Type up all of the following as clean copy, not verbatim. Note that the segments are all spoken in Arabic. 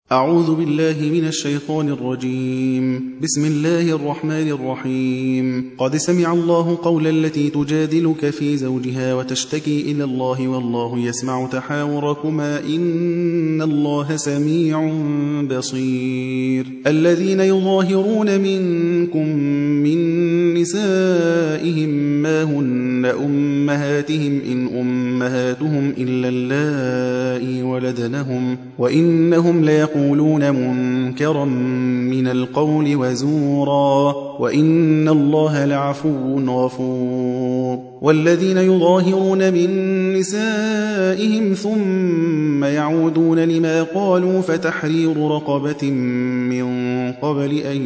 أعوذ بالله من الشيطان الرجيم. بسم الله الرحمن الرحيم. قد سمع الله قول التي تجادلك في زوجها وتشتكي إلى الله والله يسمع تحاوركما إن الله سميع بصير. الذين يظاهرون منكم من نسائهم ما هن أمهاتهم إن أمهاتهم إلا اللائي ولدنهم وإنهم ليقولون منكرا من القول وزورا وإن الله لعفو غفور. والذين يظاهرون من نسائهم ثم يعودون لما قالوا فتحرير رقبة من قبل أن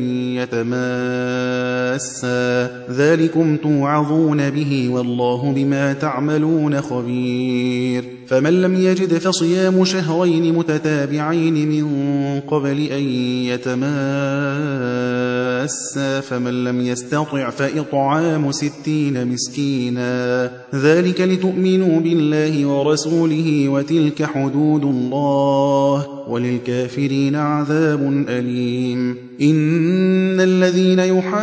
يتماسا ذلكم توعظون به والله بما تعملون خبير. فمن لم يجد فصيام شهرين متتابعين من قبل أن يتماسا فمن لم يستطع فإطعام 60 مسكينا ذلك لتؤمنوا بالله ورسوله وتلك حدود الله وللكافرين عذاب أليم. إن الذين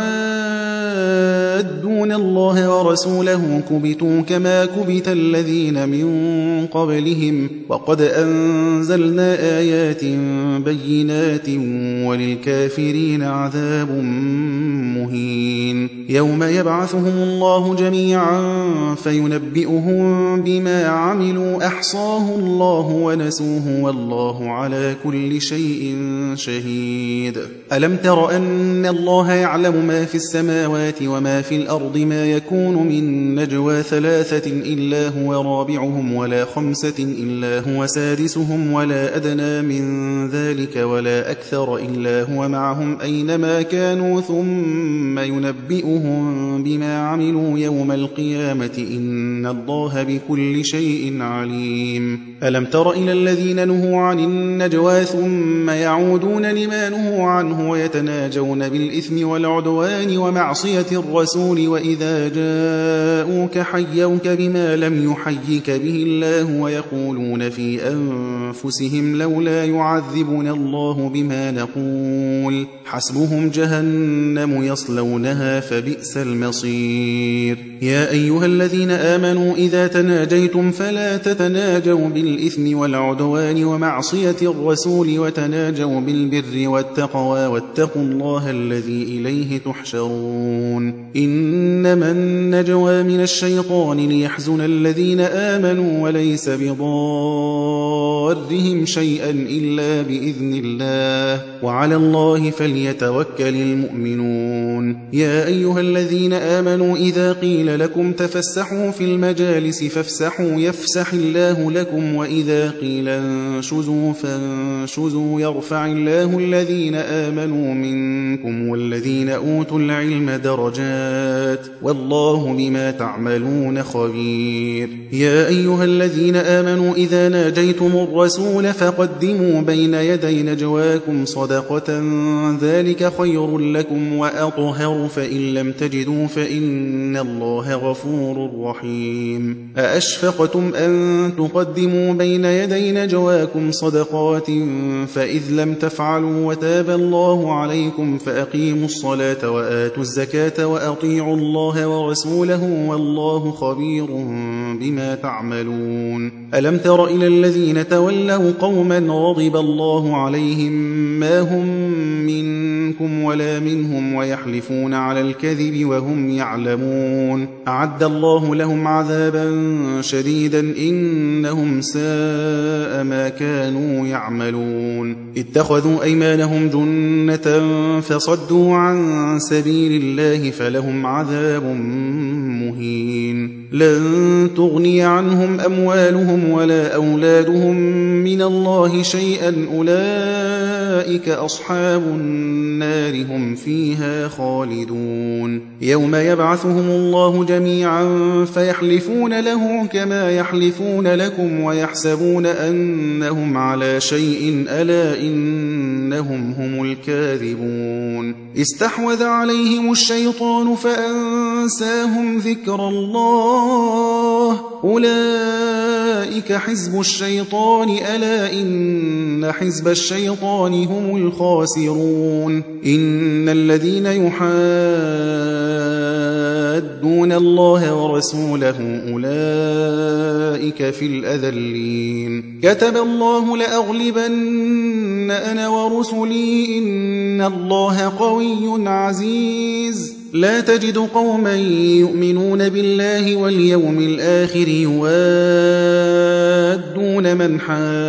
يحادون الله ورسوله كبتوا كما كبت الذين من قبلهم وقد أنزلنا آيات بينات وللكافرين عذاب مهين. يوم يبعثهم الله جميعا فينبئهم بما عملوا أحصاه الله ونسوه والله على كل شيء شهيد. ألم تر أن الله يعلم ما في السماوات وما في الأرض ما يكون من نجوى 3 إلا هو رابعهم ولا 5 إلا هو سادسهم ولا أدنى من ذلك ولا أكثر إلا هو معهم أينما كانوا ثم ينبئهم بما عملوا يوم القيامة إن الله بكل شيء عليم. ألم تر إلى الذين نهوا عن النجوى ثم يعودون لما نهوا عنه ويتناجون بالإثم والعدوان ومعصية الرسول وإذا جاءوك حيوك بما لم يحيك به الله ويقولون في أنفسهم لولا يعذبنا الله بما نقول حسبهم جهنم يصلونها فبئس المصير. يا أيها الذين آمنوا إذا تناجيتم فلا تتناجوا بالإثم والعدوان ومعصية الرسول وتناجوا بالبر والتقوى واتقوا الله الذي إليه تحشرون. إنما النجوى من الشيطان ليحزن الذين آمنوا وليس بضارهم شيئا إلا بإذن الله وعلى الله فليتوكل المؤمنون. يا أيها الذين آمنوا إذا قيل لكم تفسحوا في المجالس فافسحوا يفسح الله لكم وإذا قيل انشزوا فانشزوا يرفع الله الذين آمنوا منكم والذين أوتوا العلم درجات والله بما تعملون خبير. يا أيها الذين آمنوا إذا ناجيتم الرسول فقدموا بين يدي نجواكم صدقة ذلك خير لكم وأطهر فإن لم تجدوا فإن الله غفور رحيم. أأشفقتم أن تقدموا بين يدي نجواكم صدقات فإذ لم تفعلوا وتاب الله عليكم فأقيموا الصلاة وآتوا الزكاة وأطيعوا الله ورسوله والله خبير بما تعملون. ألم تر إلى الذين تولوا قوما غضب الله عليهم ما هم منكم ولا منهم ويحلفون على الكذب وهم يعلمون أعد الله لهم عذابا شديدا إنهم ساء ما كانوا يعملون. اتخذوا أيمانهم جنة فصدوا عن سبيل الله فلهم عذاب مهين. لن تغني عنهم أموالهم ولا أولادهم من الله شيئا أولئك أصحاب النار هم فيها خالدون. يوم يبعثهم الله جميعا فيحلفون له كما يحلفون لكم ويحسبون أنهم على شيء ألا إنهم هم الكاذبون. استحوذ عليهم الشيطان فأنساهم ذكر ذكر الله أولئك حزب الشيطان ألا إن حزب الشيطان هم الخاسرون إن الذين يحادون الله ورسوله أولئك في الأذلين كتب الله لأغلبن أنا ورسلي إن الله قوي عزيز لا تجد قوما يؤمنون بالله واليوم الآخر يوادون من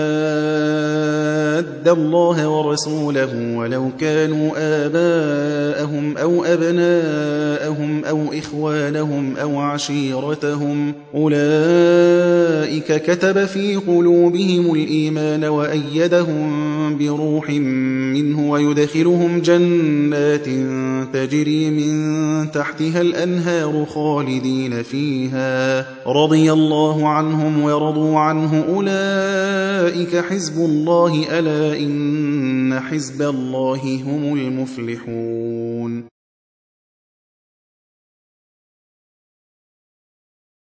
حاد الله ورسوله ولو كانوا آباءهم أو أبناءهم أو إخوانهم أو عشيرتهم أولئك كتب في قلوبهم الإيمان وأيدهم بروح منه ويدخلهم جنات تجري من تحتها الأنهار خالدين فيها رضي الله عنهم ورضوا عنه أولئك حزب الله ألا إن حزب الله هم المفلحون